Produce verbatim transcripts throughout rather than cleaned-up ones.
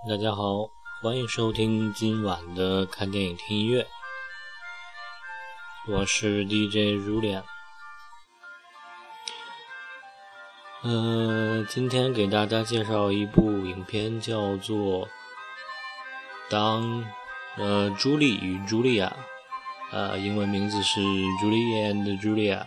大家好，欢迎收听今晚的看电影听音乐，我是 D J 如莲。呃，今天给大家介绍一部影片，叫做《当呃朱莉与茱莉亚》，呃，英文名字是 Julie and Julia。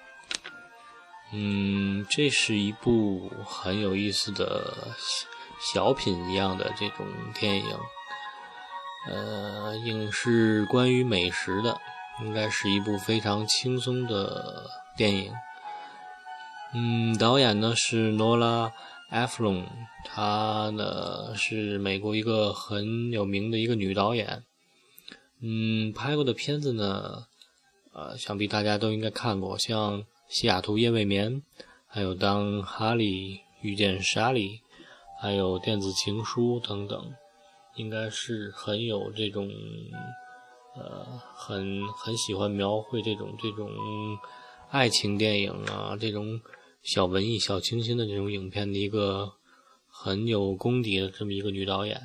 嗯，这是一部很有意思的小品一样的这种电影，呃，影是关于美食的，应该是一部非常轻松的电影。嗯，导演呢是诺拉·埃弗隆，她呢是美国一个很有名的一个女导演。嗯，拍过的片子呢，呃，想必大家都应该看过，像《西雅图夜未眠》，还有《当哈利遇见莎莉》，还有《电子情书》等等，应该是很有这种，呃，很很喜欢描绘这种这种爱情电影啊，这种小文艺、小清新的这种影片的一个很有功底的这么一个女导演。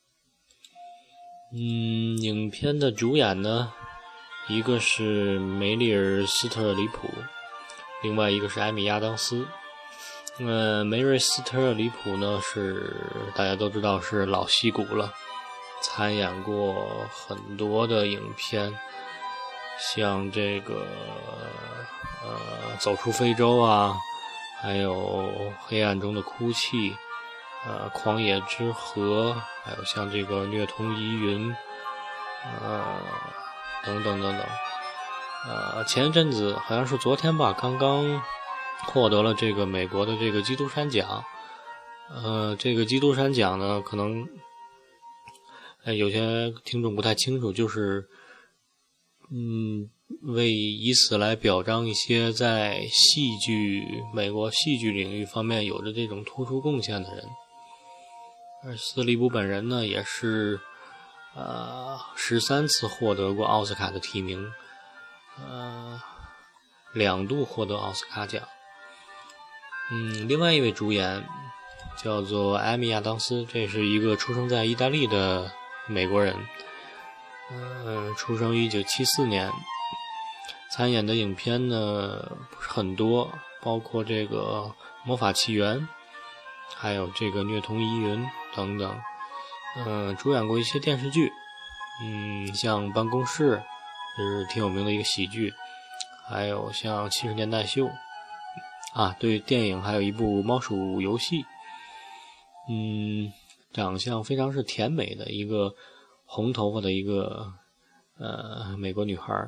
嗯，影片的主演呢，一个是梅丽尔·斯特里普，另外一个是艾米亚当斯。呃，梅瑞斯特里普呢是大家都知道是老戏骨了，参演过很多的影片，像这个呃走出非洲啊，还有黑暗中的哭泣，呃狂野之河，还有像这个虐童疑云，呃等等等等。呃前一阵子好像是昨天吧，刚刚获得了这个美国的这个基督山奖。呃这个基督山奖呢，可能呃有些听众不太清楚，就是嗯为以此来表彰一些在戏剧美国戏剧领域方面有着这种突出贡献的人。而斯利普本人呢，也是呃十三次获得过奥斯卡的提名，呃两度获得奥斯卡奖。嗯，另外一位主演叫做艾米亚当斯，这是一个出生在意大利的美国人，呃，出生于一九七四年，参演的影片呢不是很多，包括这个《魔法起源》，还有这个《虐童疑云》等等。呃，主演过一些电视剧，嗯，像《办公室》是挺有名的一个喜剧，还有像《七十年代秀》啊，对，电影还有一部《猫鼠游戏》。嗯，长相非常是甜美的一个红头发的一个呃美国女孩。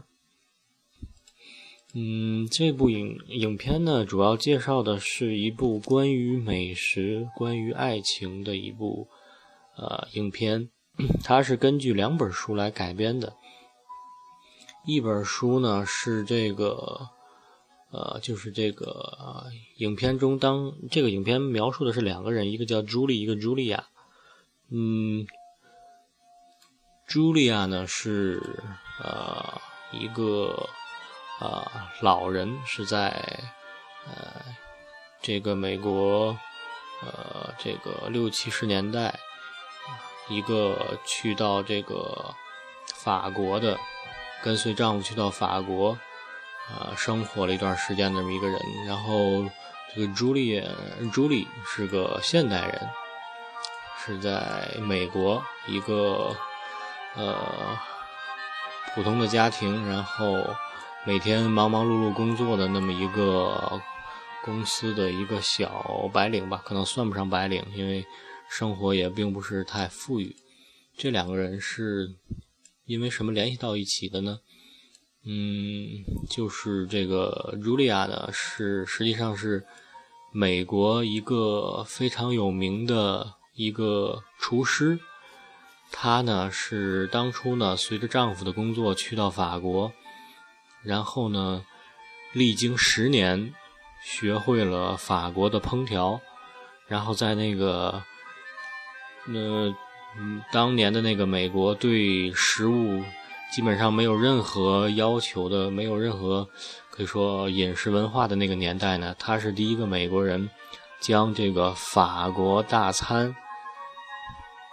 嗯，这部影影片呢，主要介绍的是一部关于美食、关于爱情的一部呃影片，它是根据两本书来改编的。一本书呢是这个呃就是这个、呃、影片中，当这个影片描述的是两个人，一个叫朱莉，一个茱莉亚。嗯，茱莉亚呢是呃一个呃老人，是在呃这个美国呃这个六七十年代，一个去到这个法国的，跟随丈夫去到法国呃生活了一段时间的这么一个人。然后这个茱莉茱莉是个现代人，是在美国一个呃普通的家庭，然后每天忙忙碌碌工作的那么一个公司的一个小白领吧，可能算不上白领，因为生活也并不是太富裕。这两个人是因为什么联系到一起的呢？嗯，就是这个茱莉亚呢，是实际上是美国一个非常有名的一个厨师。她呢是当初呢随着丈夫的工作去到法国，然后呢历经十年学会了法国的烹调，然后在那个呃嗯当年的那个美国对食物基本上没有任何要求的，没有任何可以说饮食文化的那个年代呢，他是第一个美国人将这个法国大餐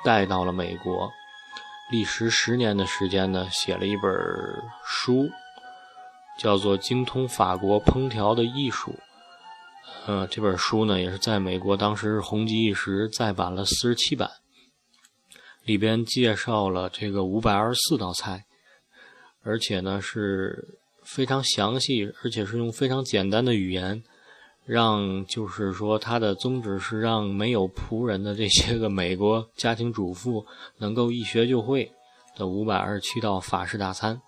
带到了美国，历时十年的时间呢，写了一本书，叫做《精通法国烹调的艺术》。呃，这本书呢，也是在美国当时红极一时，再版了四十七版，里边介绍了这个五百二十四道菜，而且呢是非常详细，而且是用非常简单的语言，让就是说他的宗旨是让没有仆人的这些个美国家庭主妇能够一学就会的五百二十七道法式大餐。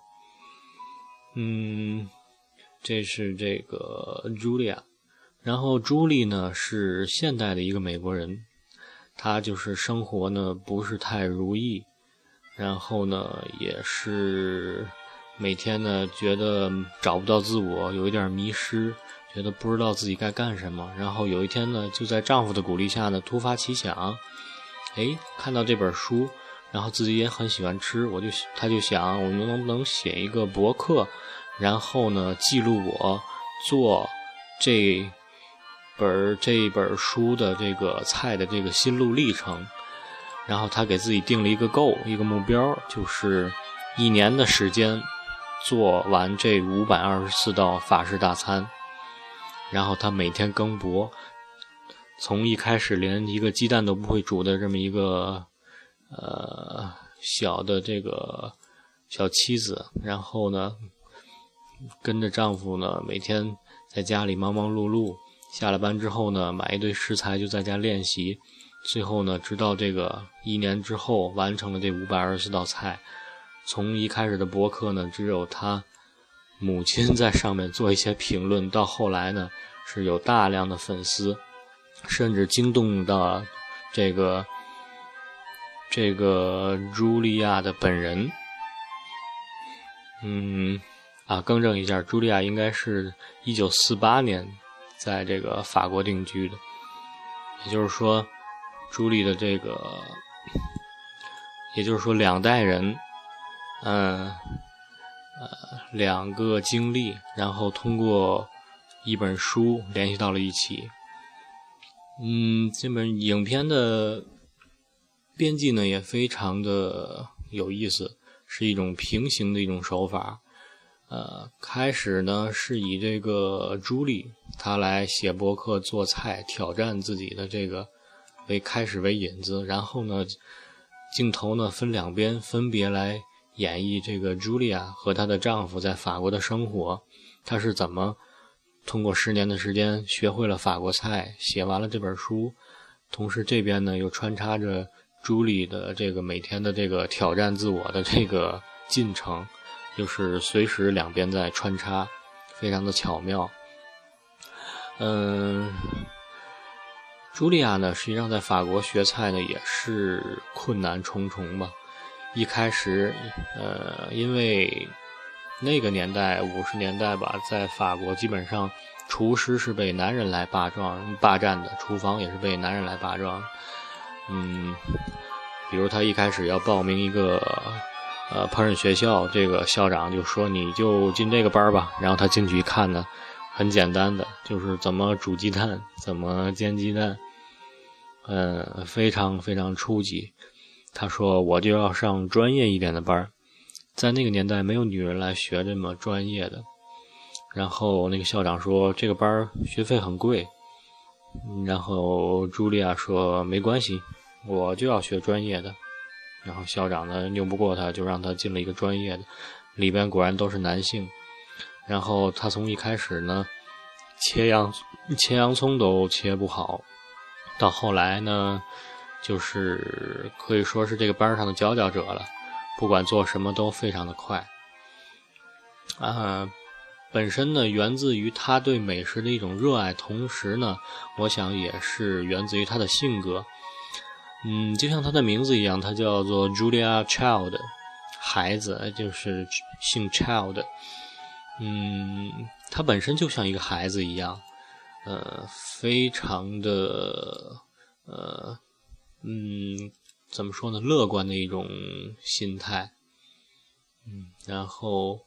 嗯，这是这个 Julia。然后朱莉呢是现代的一个美国人，她就是生活呢不是太如意，然后呢也是每天呢觉得找不到自我，有一点迷失，觉得不知道自己该干什么。然后有一天呢，就在丈夫的鼓励下呢，突发奇想，诶，看到这本书，然后自己也很喜欢吃，我就他就想，我们能不能写一个博客，然后呢记录我做这本这本书的这个菜的这个心路历程。然后他给自己定了一个 goal， 一个目标，就是一年的时间做完这五百二十四道法式大餐。然后他每天更博，从一开始连一个鸡蛋都不会煮的这么一个呃小的这个小妻子，然后呢跟着丈夫呢每天在家里忙忙碌碌，下了班之后呢买一堆食材就在家练习，最后呢直到这个一年之后完成了这五百二十四道菜。从一开始的博客呢只有他母亲在上面做一些评论，到后来呢是有大量的粉丝，甚至惊动到这个这个茱莉亚的本人。嗯啊，更正一下，茱莉亚应该是一九四八年在这个法国定居的，也就是说茱莉的这个也就是说两代人嗯呃两个经历，然后通过一本书联系到了一起。嗯，这本影片的编辑呢也非常的有意思，是一种平行的一种手法。呃，开始呢是以这个朱莉她来写博客做菜挑战自己的这个为开始为引子，然后呢镜头呢分两边分别来演绎这个茱莉亚和她的丈夫在法国的生活，她是怎么通过十年的时间学会了法国菜，写完了这本书。同时这边呢又穿插着茱莉的这个每天的这个挑战自我的这个进程，就是随时两边在穿插，非常的巧妙。嗯，茱莉亚呢实际上在法国学菜呢也是困难重重吧。一开始呃，因为那个年代五十年代吧，在法国基本上厨师是被男人来霸占霸占的，厨房也是被男人来霸占。嗯，比如他一开始要报名一个呃烹饪学校，这个校长就说你就进这个班吧，然后他进去一看呢，很简单的就是怎么煮鸡蛋，怎么煎鸡蛋，嗯，非常非常初级。他说我就要上专业一点的班，在那个年代没有女人来学这么专业的。然后那个校长说这个班学费很贵，然后茱莉亚说没关系，我就要学专业的。然后校长呢拗不过他，就让他进了一个专业的，里边果然都是男性。然后他从一开始呢切洋切洋葱都切不好，到后来呢就是可以说是这个班上的佼佼者了，不管做什么都非常的快。啊，本身呢源自于他对美食的一种热爱，同时呢我想也是源自于他的性格。嗯，就像他的名字一样，他叫做 Julia Child， 孩子就是姓 Child。嗯，他本身就像一个孩子一样，呃，非常的呃嗯，怎么说呢？乐观的一种心态。嗯，然后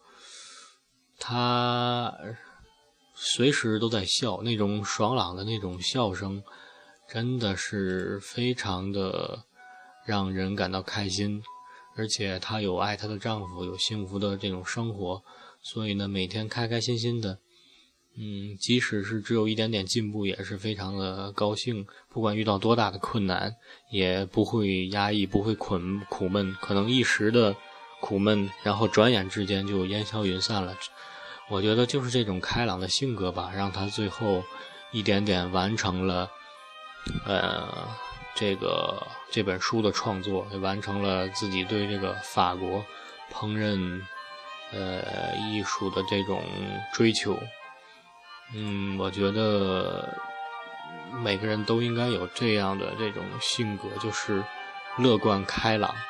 他随时都在笑，那种爽朗的那种笑声，真的是非常的让人感到开心，而且她有爱她的丈夫，有幸福的这种生活，所以呢每天开开心心的，嗯，即使是只有一点点进步也是非常的高兴，不管遇到多大的困难也不会压抑，不会苦苦闷，可能一时的苦闷然后转眼之间就烟消云散了。我觉得就是这种开朗的性格吧，让她最后一点点完成了呃，这个这本书的创作，也完成了自己对这个法国烹饪呃艺术的这种追求。嗯，我觉得每个人都应该有这样的这种性格，就是乐观开朗。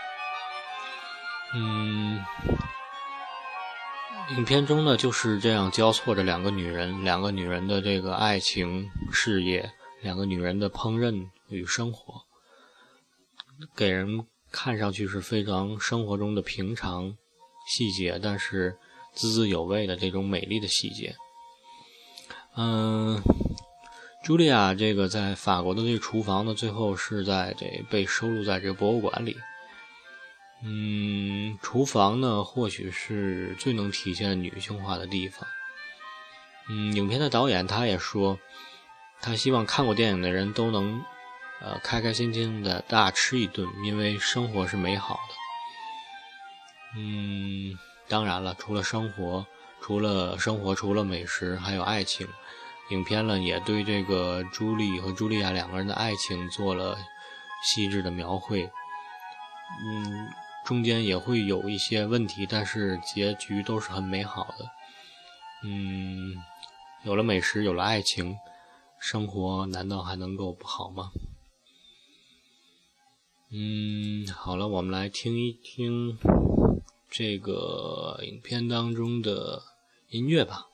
嗯，影片中呢就是这样交错着两个女人，两个女人的这个爱情事业，两个女人的烹饪与生活，给人看上去是非常生活中的平常细节，但是滋滋有味的这种美丽的细节。嗯，茱莉亚这个在法国的这个厨房呢，最后是在这被收录在这个博物馆里。嗯，厨房呢或许是最能体现女性化的地方。嗯，影片的导演他也说，他希望看过电影的人都能呃开开心心的大吃一顿，因为生活是美好的。嗯，当然了，除了生活除了生活除了美食还有爱情，影片呢也对这个朱莉和茱莉亚两个人的爱情做了细致的描绘。嗯，中间也会有一些问题，但是结局都是很美好的。嗯，有了美食，有了爱情，生活难道还能够不好吗？嗯，好了，我们来听一听这个影片当中的音乐吧。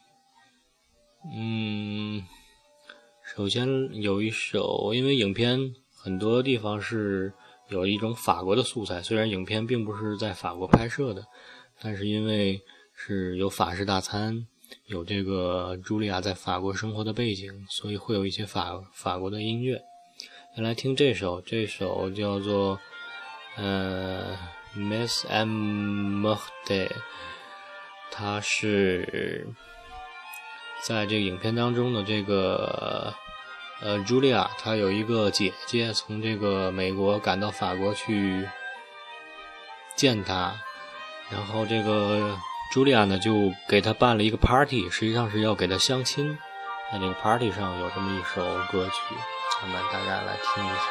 嗯，首先有一首，因为影片很多地方是有一种法国的素材，虽然影片并不是在法国拍摄的，但是因为是有法式大餐，有这个茱莉亚在法国生活的背景，所以会有一些法法国的音乐。先来听这首，这首叫做呃 Miss M Morte， 它是在这个影片当中的这个呃茱莉亚，她有一个姐姐从这个美国赶到法国去见她，然后这个茱莉亚呢就给她办了一个 party， 实际上是要给她相亲。在这个 party 上有这么一首歌曲，我们大家来听一下。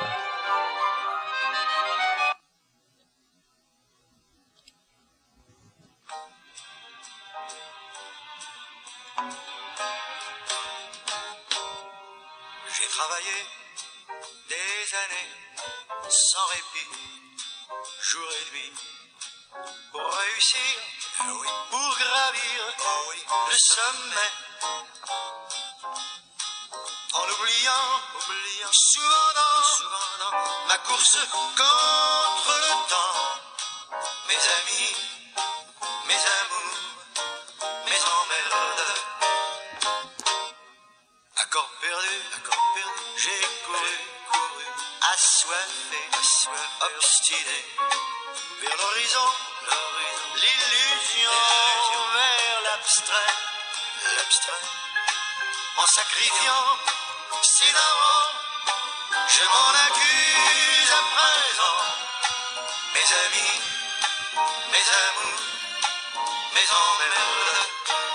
J'ai travaillé des années sans répit, jour et nuit, pour réussir, pour gravir le sommet, en oubliant, oubliant souvent dans, souvent dans ma course contre le temps, mes amis, mes amours, mes emmerdes. Accord perdu, accord perdu, j'ai couru, couru, assoiffé, assoiffé, obstiné, vers l'horizon, l'horizon, l'illusion, vers l'abstrait, l'abstrait, en sacrifiant si d'avant, je m'en accuse à présent, mes amis, mes amours, mes emmerdes.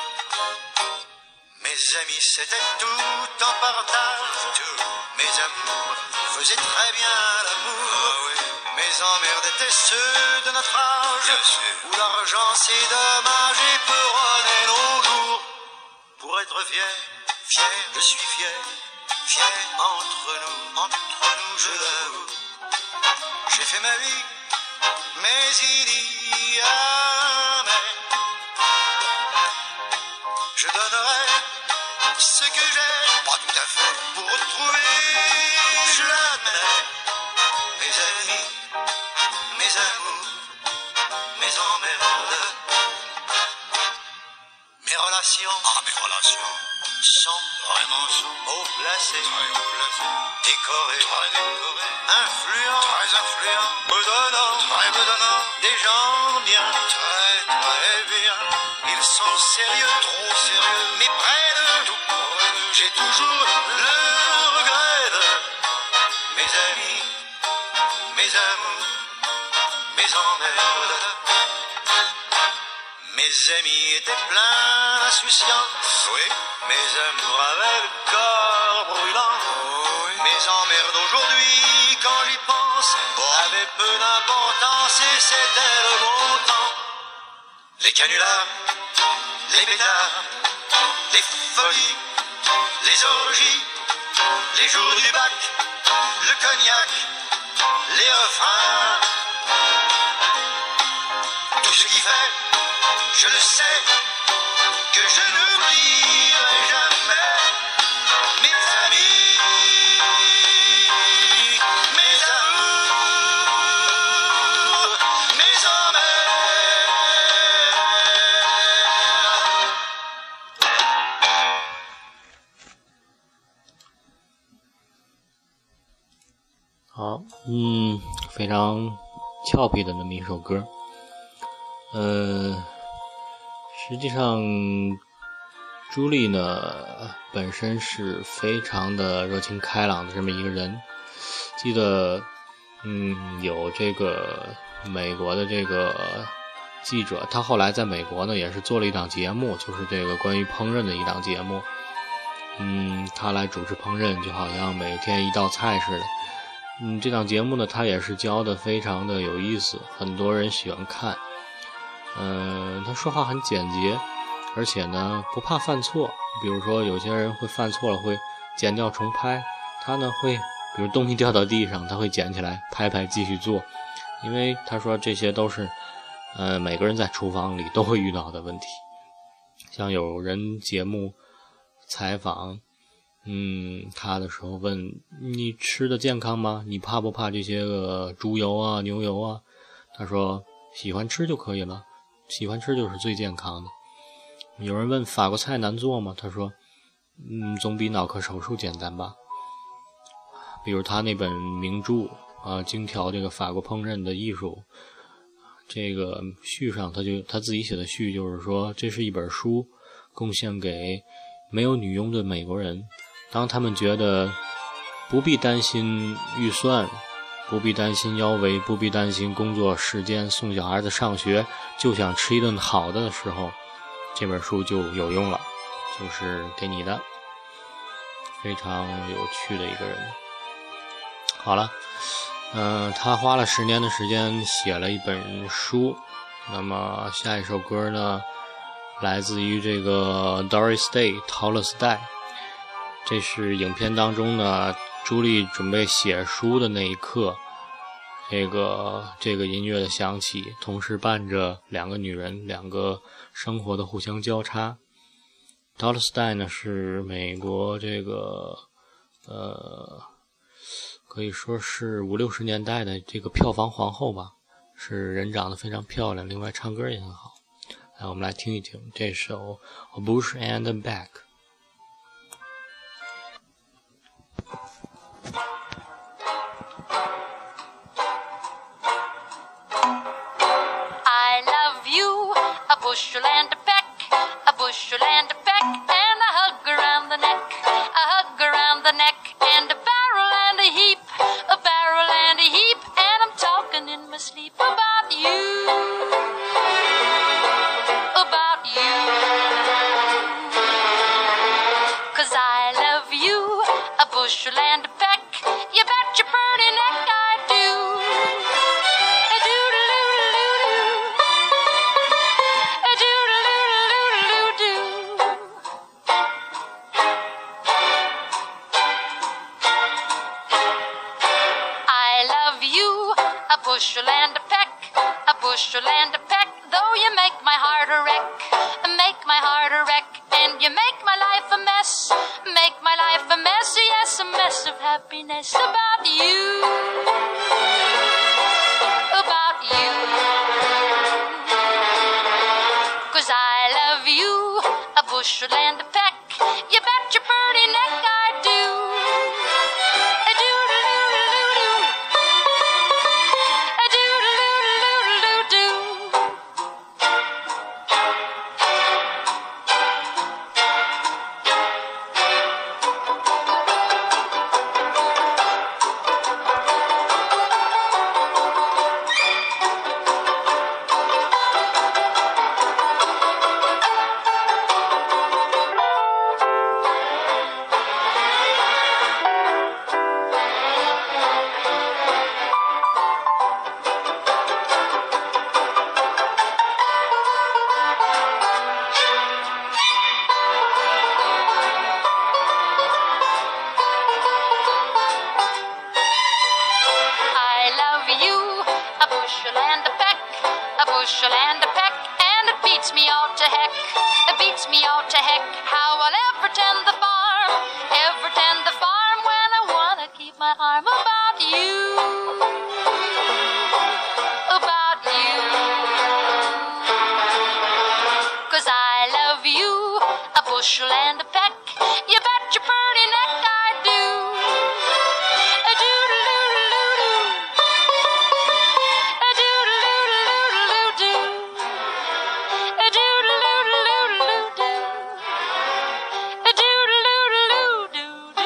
Mes amis c'était tout en partage, tout. Mes amours faisaient très bien l'amour, oh, oui. Mes emmerdes étaient ceux de notre âge, où l'argent c'est dommage et peut rôder nos jours. Pour être fier, fier, je suis fier, fier entre nous, entre nous je l'avoue. J'ai fait ma vie, mais il y a mais je donnerai ce que j'ai, pas tout à fait, pour retrouver, je l'admets, mes amis, mes amours, mes emmerdes. Mes relations, ah, mes relations sont vraiment sont haut placées, très haut placées, décorées, très décorées, influents, très influents, bedonnants, très bedonnants, des gens bien, très très bien. Ils sont sérieux, trop sérieux, mais près de tout près de, j'ai toujours le regret de mes amis, mes amours, mes emmerdes. Mes amis étaient pleins d'insouciance, oui. Mes amours avaient le corps brûlant, oh, oui. Mes emmerdes aujourd'hui, quand j'y pense, bon. Avaient peu d'importance et c'était le bon temps. Les canulars, les pétards, les folies, les orgies, les jours du bac, le cognac, les refrains, tout ce qui fait, je le sais, que je n'oublierai jamais mes amis, mes amours, mes emmerdes. 好，嗯，非常俏皮的那么一首歌。呃，实际上朱莉呢本身是非常的热情开朗的这么一个人。记得嗯有这个美国的这个记者，他后来在美国呢也是做了一档节目，就是这个关于烹饪的一档节目。嗯他来主持烹饪，就好像每天一道菜似的。嗯这档节目呢他也是教的非常的有意思，很多人喜欢看。嗯，他说话很简洁，而且呢不怕犯错。比如说有些人会犯错了会剪掉重拍，他呢会比如东西掉到地上，他会捡起来拍拍继续做。因为他说这些都是呃每个人在厨房里都会遇到的问题。像有人节目采访嗯他的时候问你吃的健康吗？你怕不怕这些个猪油啊牛油啊？他说喜欢吃就可以了，喜欢吃就是最健康的。有人问法国菜难做吗？他说嗯，总比脑壳手术简单吧。比如他那本名著啊，精调这个法国烹饪的艺术，这个序上他就他自己写的序就是说，这是一本书，贡献给没有女佣的美国人，当他们觉得不必担心预算，不必担心腰围，不必担心工作时间，送小孩子上学，就想吃一顿好的的时候，这本书就有用了，就是给你的。非常有趣的一个人。好了，嗯、呃，他花了十年的时间写了一本书。那么下一首歌呢，来自于这个 Doris Day 陶乐斯戴。这是影片当中呢，朱莉准备写书的那一刻，这个这个音乐的响起，同时伴着两个女人，两个生活的互相交叉。陶乐斯戴呢是美国这个呃，可以说是五六十年代的这个票房皇后吧，是人长得非常漂亮，另外唱歌也很好。来，我们来听一听这首 A Bush and a Back。I love you, a bushel and a peck, a bushel and a peck, and a hug around the neck, a hug around the neck, and a barrel and a heap, a barrel and a heap, and I'm talking in my sleep about you, about you, 'cause I love you, a bushel and a peck, you bet your pretty neck I do. A bushel and a peck, a bushel and a peck, though you make my heart a wreck, make my heart a wreck, and you make my life a mess, make my life a mess, yes, a mess of happiness about you, about you, 'cause I love you, bush land a peck. You bet your pretty neck I do. A doodle-doodle-doo-doo. A doodle-doodle-doo-doo-doo. Bushel and a peck, and it beats me all to heck. It beats me all to heck how I'll ever tend the farm, ever tend the farm when I wanna keep my arm about you, about you. 'Cause I love you, a bushel and a peck. You bet your pretty neck I do. A doodle-doodle-doo-doo. A doodle-doodle-doo-doo-doo. A doodle-doodle-doo-doo-doo. A doodle-doodle-doo-doo-doo.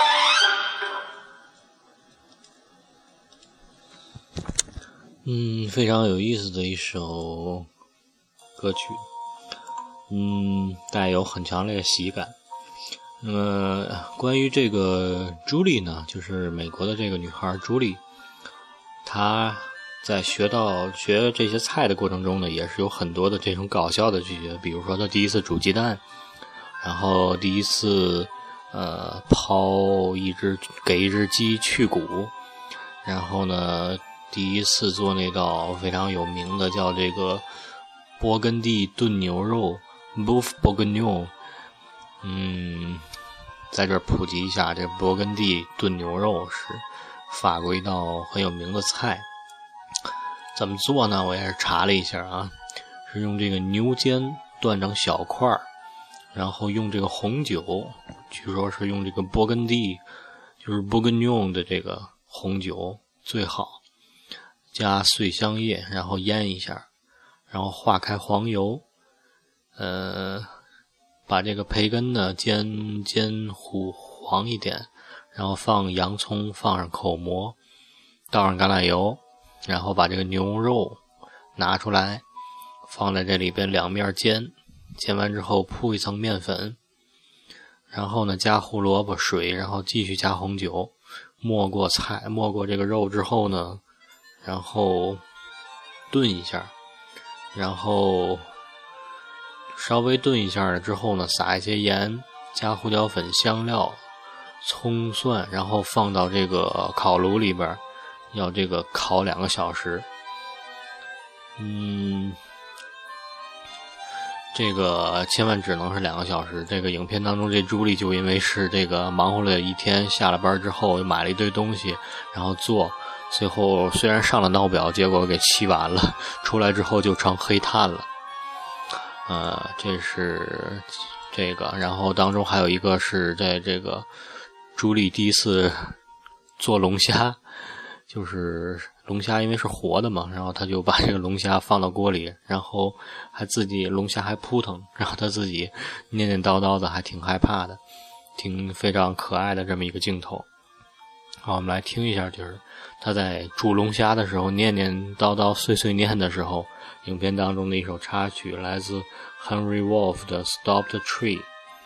嗯，非常有意思的一首歌曲，嗯，带有很强烈的喜感。那么关于这个朱莉呢，就是美国的这个女孩朱莉，她在学到学这些菜的过程中呢，也是有很多的这种搞笑的句子，比如说她第一次煮鸡蛋，然后第一次呃抛一只给一只鸡去骨，然后呢第一次做那道非常有名的叫这个勃艮第炖牛肉 Boeuf Bourguignon。 嗯，在这儿普及一下，这勃艮第炖牛肉是法国一道很有名的菜。怎么做呢？我也是查了一下啊，是用这个牛肩断成小块，然后用这个红酒，据说是用这个勃艮第就是 Bourguignon 的这个红酒最好，加碎香叶，然后腌一下，然后化开黄油，呃，把这个培根呢煎煎糊黄一点，然后放洋葱，放上口蘑，倒上橄榄油，然后把这个牛肉拿出来，放在这里边两面煎，煎完之后铺一层面粉，然后呢加胡萝卜水，然后继续加红酒，没过菜没过这个肉之后呢，然后炖一下，然后稍微炖一下了之后呢，撒一些盐，加胡椒粉、香料、葱蒜，然后放到这个烤炉里边，要这个烤两个小时。嗯，这个千万只能是两个小时。这个影片当中，这朱莉就因为是这个忙活了一天，下了班之后又买了一堆东西，然后做，最后虽然上了闹表，结果给气完了，出来之后就成黑炭了。呃，这是这个，然后当中还有一个是在这个朱莉第一次做龙虾，就是龙虾因为是活的嘛，然后他就把这个龙虾放到锅里，然后还自己龙虾还扑腾，然后他自己念念叨叨的，还挺害怕的，挺非常可爱的这么一个镜头。好，我们来听一下，就是他在煮龙虾的时候念念叨叨碎碎念的时候，影片当中的一首插曲，来自 Henry Wolf 的 Stop the Tree。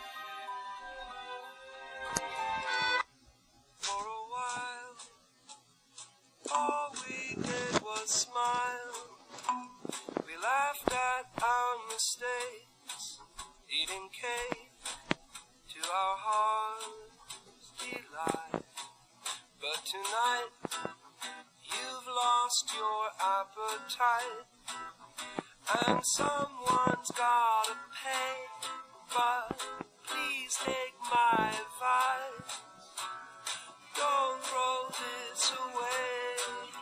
For a while, all we did was smile. We laughed at our mistakes, eating cake to our heart's delight. But tonight, you've lost your appetite, and someone's gotta pay. But please take my advice, don't throw this away,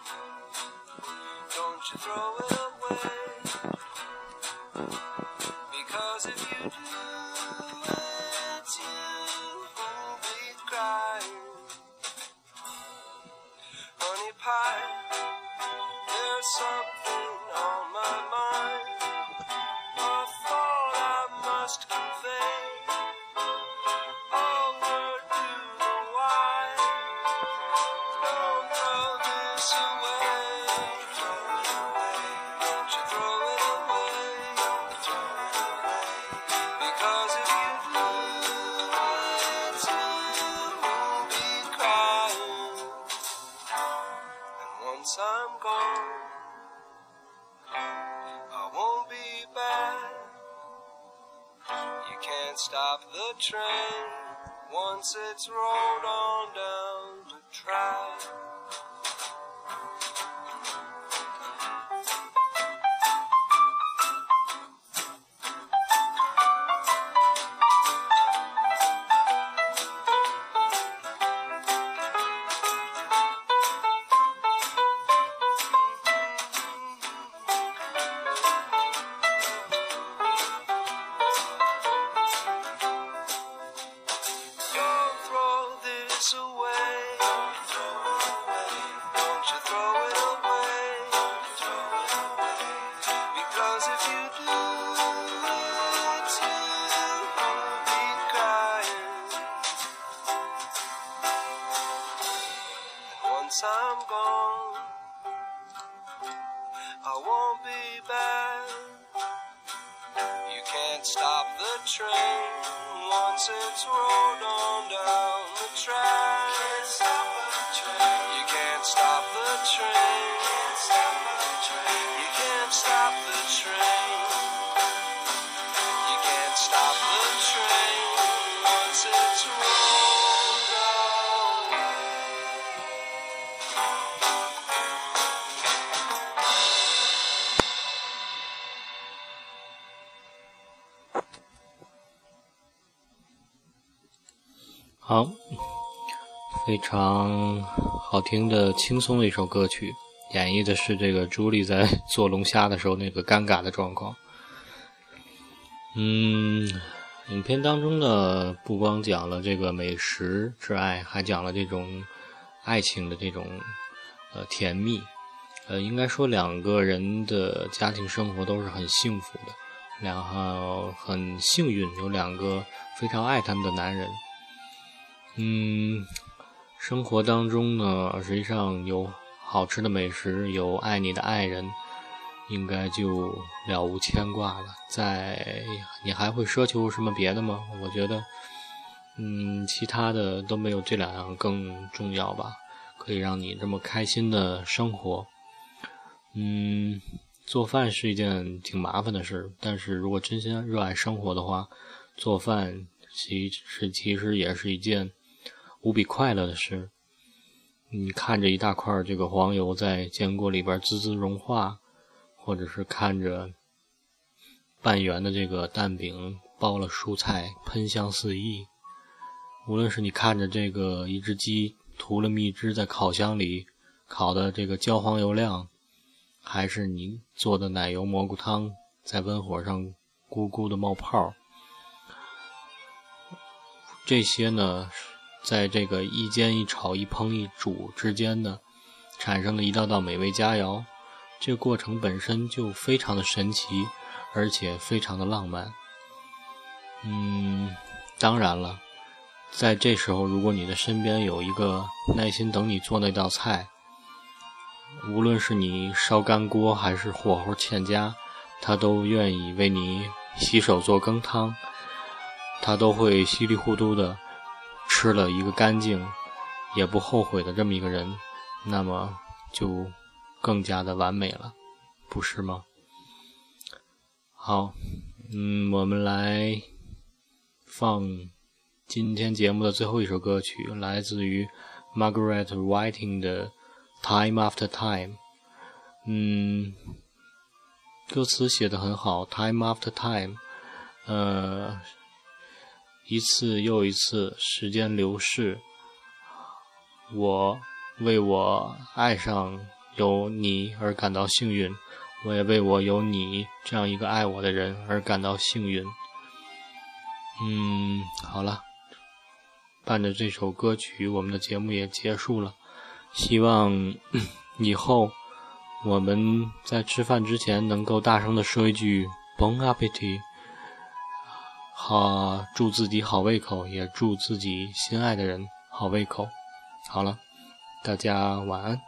don't you throw it away, because if you do, crying. Honey pie, there's something on my mind. A thought I must convey. A word to the wise. Don't throw this away. Throw it away. Don't you throw it away. Throw it away. Because if you do, it too will be crying. And once I'm gone, I won't be back. You can't stop the train once it's rolled on down the track. Don't throw this away. Throw it away. Don't you throw it away. Throw it away. Because if you do, it too will be crying. And once I'm gone, I won't be back. You can't stop the train once it's rolled on down the track. Can't stop the train. You can't stop the train. Can't stop the train. You can't stop the train. You can't stop the train once it's rolled away. 好，非常好听的轻松的一首歌曲，演绎的是这个朱莉在做龙虾的时候那个尴尬的状况。嗯，影片当中呢，不光讲了这个美食之爱，还讲了这种爱情的这种呃甜蜜。呃，应该说两个人的家庭生活都是很幸福的，然后很幸运，有两个非常爱他们的男人。嗯，生活当中呢，实际上有好吃的美食，有爱你的爱人，应该就了无牵挂了。在你还会奢求什么别的吗？我觉得，嗯，其他的都没有这两样更重要吧，可以让你这么开心的生活。嗯，做饭是一件挺麻烦的事，但是如果真心热爱生活的话，做饭其实其实也是一件无比快乐的事。你看着一大块这个黄油在煎锅里边滋滋融化，或者是看着半圆的这个蛋饼包了蔬菜喷香四溢，无论是你看着这个一只鸡涂了蜜汁在烤箱里烤的这个焦黄油亮，还是你做的奶油蘑菇汤在温火上咕咕的冒泡，这些呢在这个一煎一炒一烹一煮之间呢产生了一道道美味佳肴，这个过程本身就非常的神奇，而且非常的浪漫。嗯，当然了，在这时候如果你的身边有一个耐心等你做那道菜，无论是你烧干锅还是火候欠佳，他都愿意为你洗手做羹汤，他都会稀里糊涂的吃了一个干净也不后悔的这么一个人，那么就更加的完美了，不是吗？好，嗯，我们来放今天节目的最后一首歌曲，来自于 Margaret Whiting 的 Time After Time。 嗯，歌词写得很好， Time After Time， 呃，一次又一次时间流逝，我为我爱上有你而感到幸运，我也为我有你这样一个爱我的人而感到幸运。嗯，好了， 伴着这首歌曲，我们的节目也结束了。希望以后我们在吃饭之前能够大声地说一句 Bon appétit， 好，祝自己好胃口，也祝自己心爱的人好胃口。好了，大家晚安。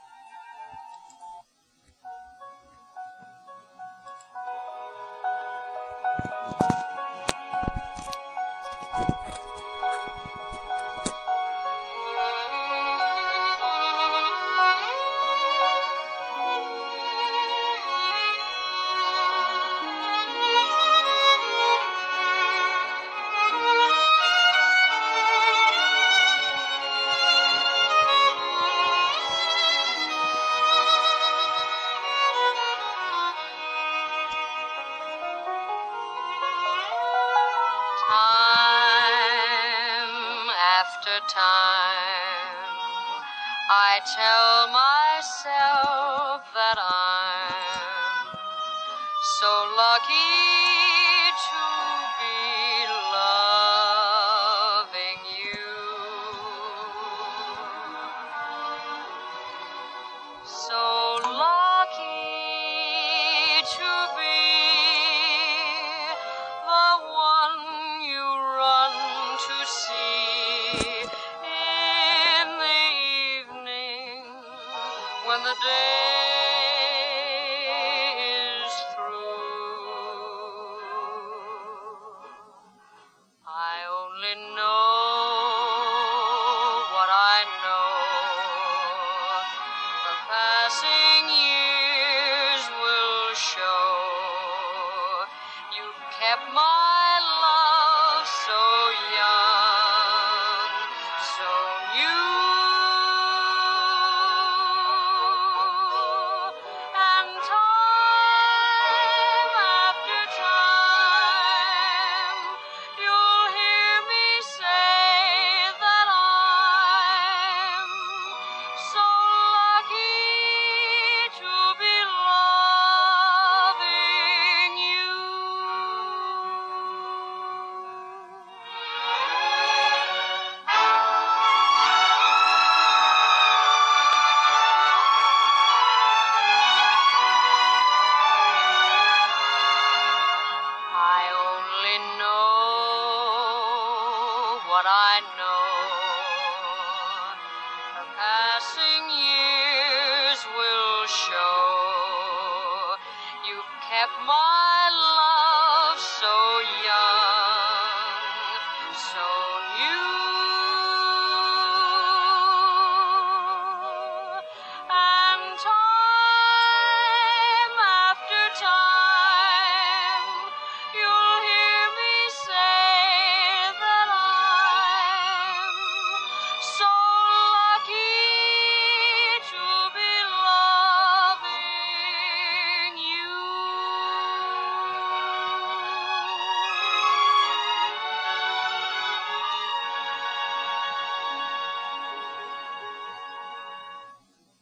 After time, I tell myself that I'm so lucky to